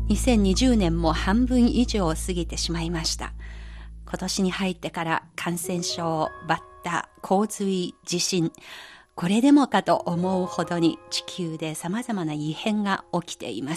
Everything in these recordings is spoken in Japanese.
2020年も半分以上過ぎてしまいました。今年に入ってから感染症、バッタ、洪水、地震、これでもかと思うほどに地球で様々な異変が起きています。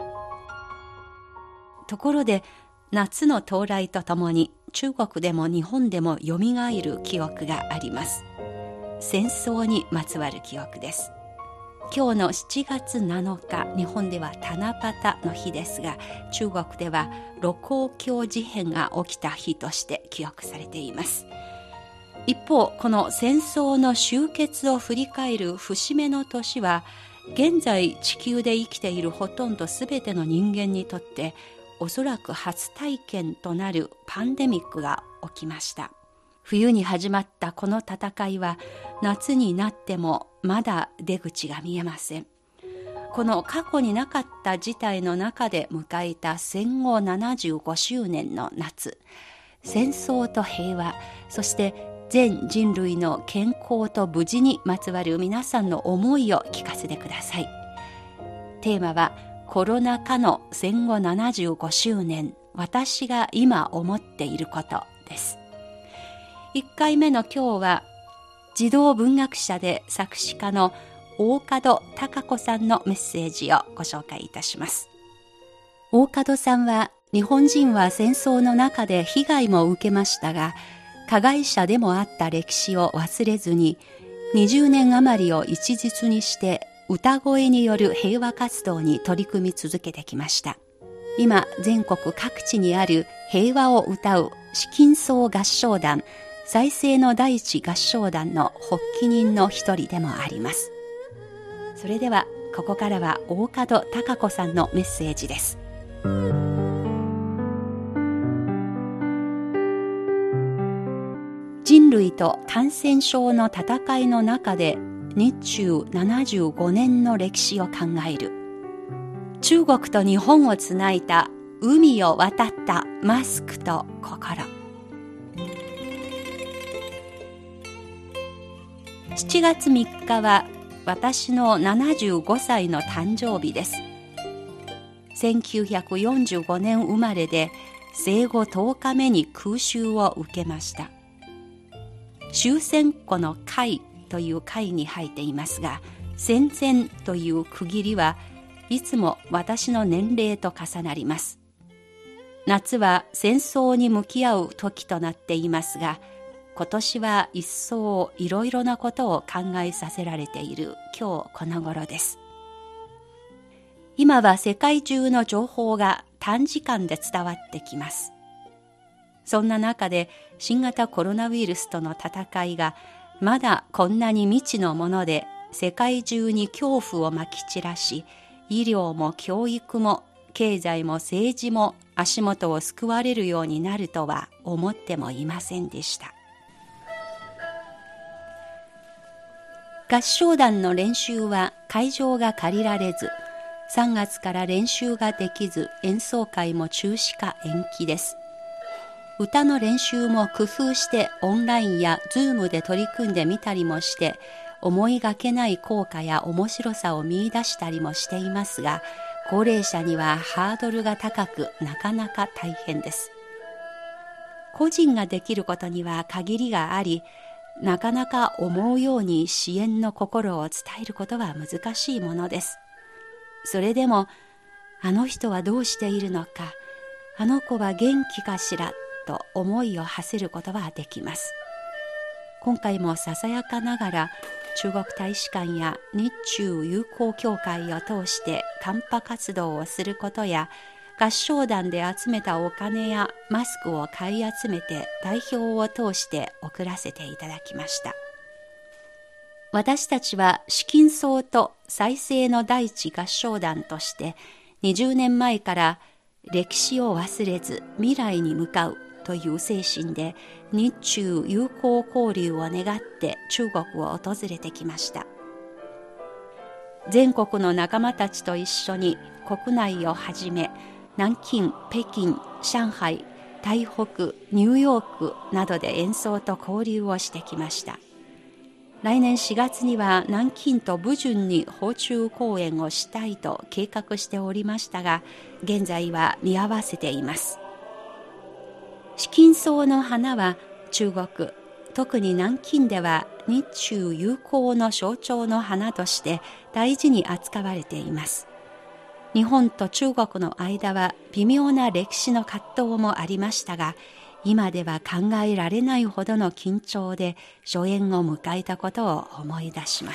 ところで、夏の到来とともに中国でも日本でも蘇る記憶があります。戦争にまつわる記憶です。今日の7月7日、日本では七夕の日ですが、中国では盧溝橋事変が起きた日として記憶されています。一方、この戦争の終結を振り返る節目の年は、現在地球で生きているほとんどすべての人間にとって、おそらく初体験となるパンデミックが起きました。冬に始まったこの戦いは、夏になってもまだ出口が見えません。この過去になかった事態の中で迎えた戦後75周年の夏、戦争と平和、そして全人類の健康と無事にまつわる皆さんの思いを聞かせてください。テーマは、コロナ禍の戦後75周年、私が今思っていることです。1回目の今日は、児童文学者で作詞家の大門孝子さんのメッセージをご紹介いたします。大門さんは、日本人は戦争の中で被害も受けましたが、加害者でもあった歴史を忘れずに、20年余りを一日にして歌声による平和活動に取り組み続けてきました。今、全国各地にある平和を歌う紫金荘合唱団、再生の大地合唱団の発起人の一人でもあります。それでは、ここからは大門孝子さんのメッセージです。人類と感染症の戦いの中で日中75年の歴史を考える。中国と日本をつないだ海を渡ったマスクと心。7月3日は私の75歳の誕生日です。1945年生まれで生後10日目に空襲を受けました。終戦後の会という会に入っていますが、戦前という区切りはいつも私の年齢と重なります。夏は戦争に向き合う時となっていますが、今年は一層いろいろなことを考えさせられている今日この頃です。今は世界中の情報が短時間で伝わってきます。そんな中で新型コロナウイルスとの戦いがまだこんなに未知のもので、世界中に恐怖をまき散らし、医療も教育も経済も政治も足元を救われるようになるとは思ってもいませんでした。合唱団の練習は会場が借りられず、3月から練習ができず、演奏会も中止か延期です。歌の練習も工夫してオンラインやズームで取り組んでみたりもして、思いがけない効果や面白さを見出したりもしていますが、高齢者にはハードルが高く、なかなか大変です。個人ができることには限りがあり、なかなか思うように支援の心を伝えることは難しいものです。それでも、あの人はどうしているのか、あの子は元気かしらと思いを馳せることはできます。今回もささやかながら、中国大使館や日中友好協会を通してカンパ活動をすることや、合唱団で集めたお金やマスクを買い集めて代表を通して送らせていただきました。私たちは紫金荘と再生の大地合唱団として20年前から歴史を忘れず未来に向かうという精神で日中友好交流を願って中国を訪れてきました。全国の仲間たちと一緒に国内をはじめ南京、北京、上海、台北、ニューヨークなどで演奏と交流をしてきました。 来年4月には南京と武順に訪中公演をしたいと計画しておりましたが、現在は見合わせています。紫金草の花は中国、特に南京では日中友好の象徴の花として大事に扱われています。日本と中国の間は微妙な歴史の葛藤もありましたが、今では考えられないほどの緊張で初演を迎えたことを思い出します。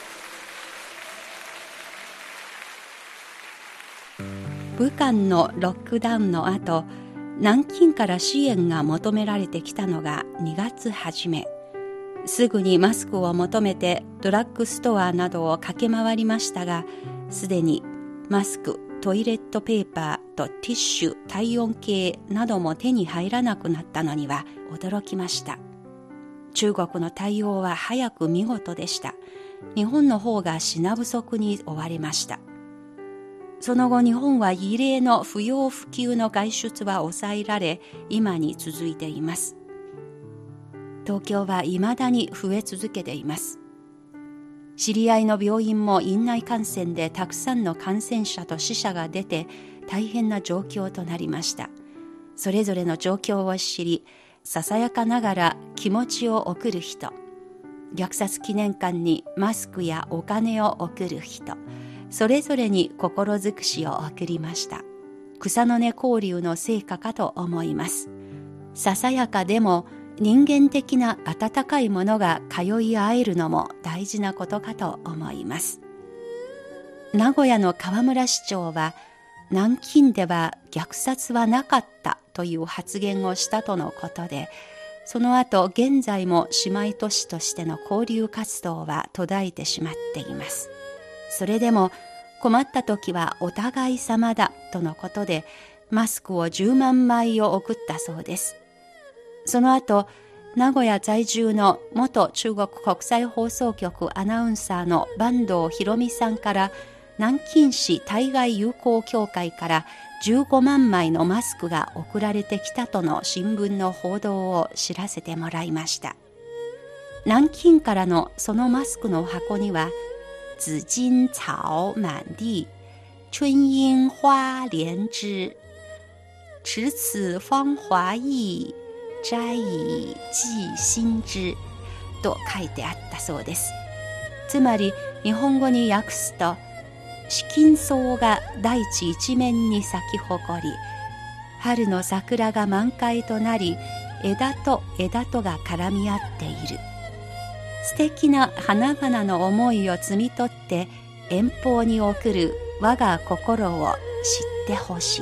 武漢のロックダウンの後、南京から支援が求められてきたのが2月初め。すぐにマスクを求めてドラッグストアなどを駆け回りましたが、すでにマスク、トイレットペーパーとティッシュ、体温計なども手に入らなくなったのには驚きました。中国の対応は早く見事でした。日本の方が品不足に追われました。その後日本は異例の不要不急の外出は抑えられ、今に続いています。東京は未だに増え続けています。知り合いの病院も院内感染でたくさんの感染者と死者が出て大変な状況となりました。それぞれの状況を知り、ささやかながら気持ちを送る人、虐殺記念館にマスクやお金を送る人、それぞれに心づくしを送りました。草の根交流の成果かと思います。ささやかでも人間的な温かいものが通い合えるのも大事なことかと思います。名古屋の河村市長は、南京では虐殺はなかったという発言をしたとのことで、その後現在も姉妹都市としての交流活動は途絶えてしまっています。それでも困った時はお互い様だとのことで、マスクを10万枚を送ったそうです。その後、名古屋在住の元中国国際放送局アナウンサーの坂東博美さんから、南京市対外友好協会から15万枚のマスクが送られてきたとの新聞の報道を知らせてもらいました。南京からのそのマスクの箱には、紫金草满地、春樱花連枝、持此芳華意、摘以寄心之と書いてあったそうです。つまり日本語に訳すと、紫金草が大地一面に咲き誇り、春の桜が満開となり、枝と枝とが絡み合っている。素敵な花々の思いを摘み取って遠方に送る我が心を知ってほしい。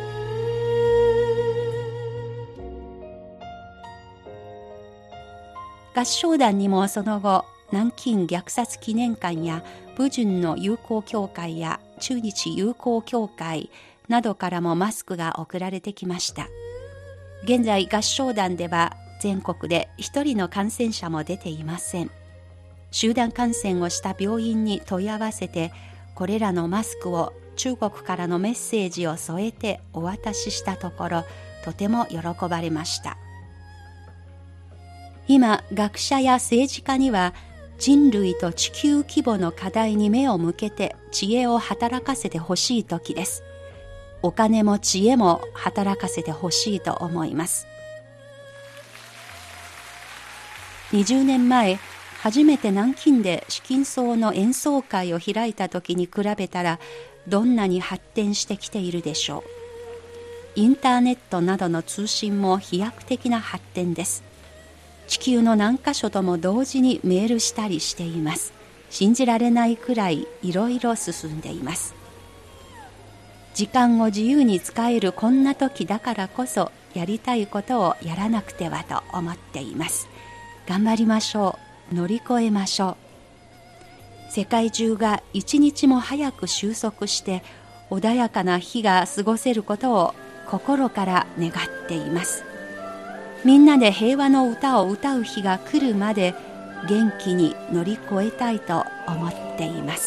合唱団にもその後、南京虐殺記念館や武順の友好協会や中日友好協会などからもマスクが送られてきました。現在合唱団では全国で1人の感染者も出ていません。集団感染をした病院に問い合わせて、これらのマスクを中国からのメッセージを添えてお渡ししたところ、とても喜ばれました。今、学者や政治家には人類と地球規模の課題に目を向けて知恵を働かせてほしい時です。お金も知恵も働かせてほしいと思います。20年前、初めて南京で紫金草の演奏会を開いた時に比べたら、どんなに発展してきているでしょう。インターネットなどの通信も飛躍的な発展です。地球の何箇所とも同時にメールしたりしています。信じられないくらいいろいろ進んでいます。時間を自由に使えるこんな時だからこそ、やりたいことをやらなくてはと思っています。頑張りましょう。乗り越えましょう。世界中が一日も早く収束して穏やかな日が過ごせることを心から願っています。みんなで平和の歌を歌う日が来るまで元気に乗り越えたいと思っています。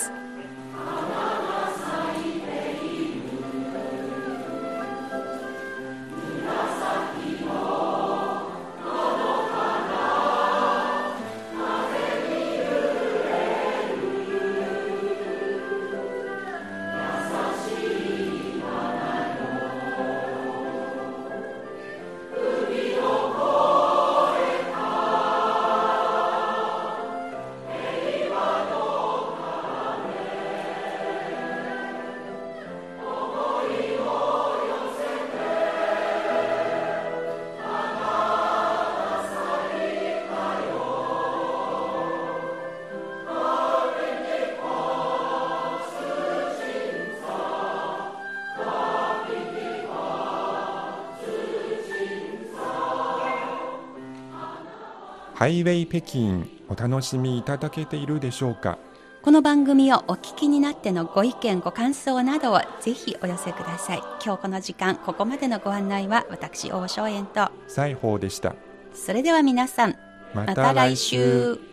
ハイウェイ北京お楽しみいただけているでしょうか。 この番組をお聞きになってのご意見ご感想などをぜひお寄せください。今日この時間ここまでのご案内は私大正円と西宝でした。 それでは皆さんまた来週。